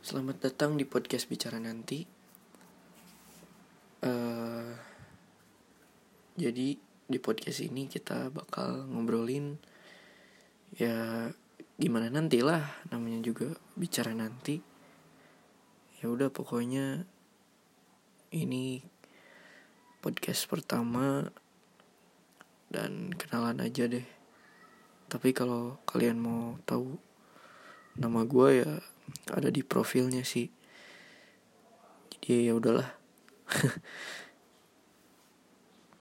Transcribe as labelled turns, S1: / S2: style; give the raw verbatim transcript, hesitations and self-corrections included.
S1: Selamat datang di podcast Bicara Nanti. uh, Jadi di podcast ini kita bakal ngobrolin ya gimana nantilah, namanya juga bicara nanti. Ya udah, pokoknya ini podcast pertama dan kenalan aja deh. Tapi kalau kalian mau tahu nama gue ya ada di profilnya sih. Jadi ya udahlah.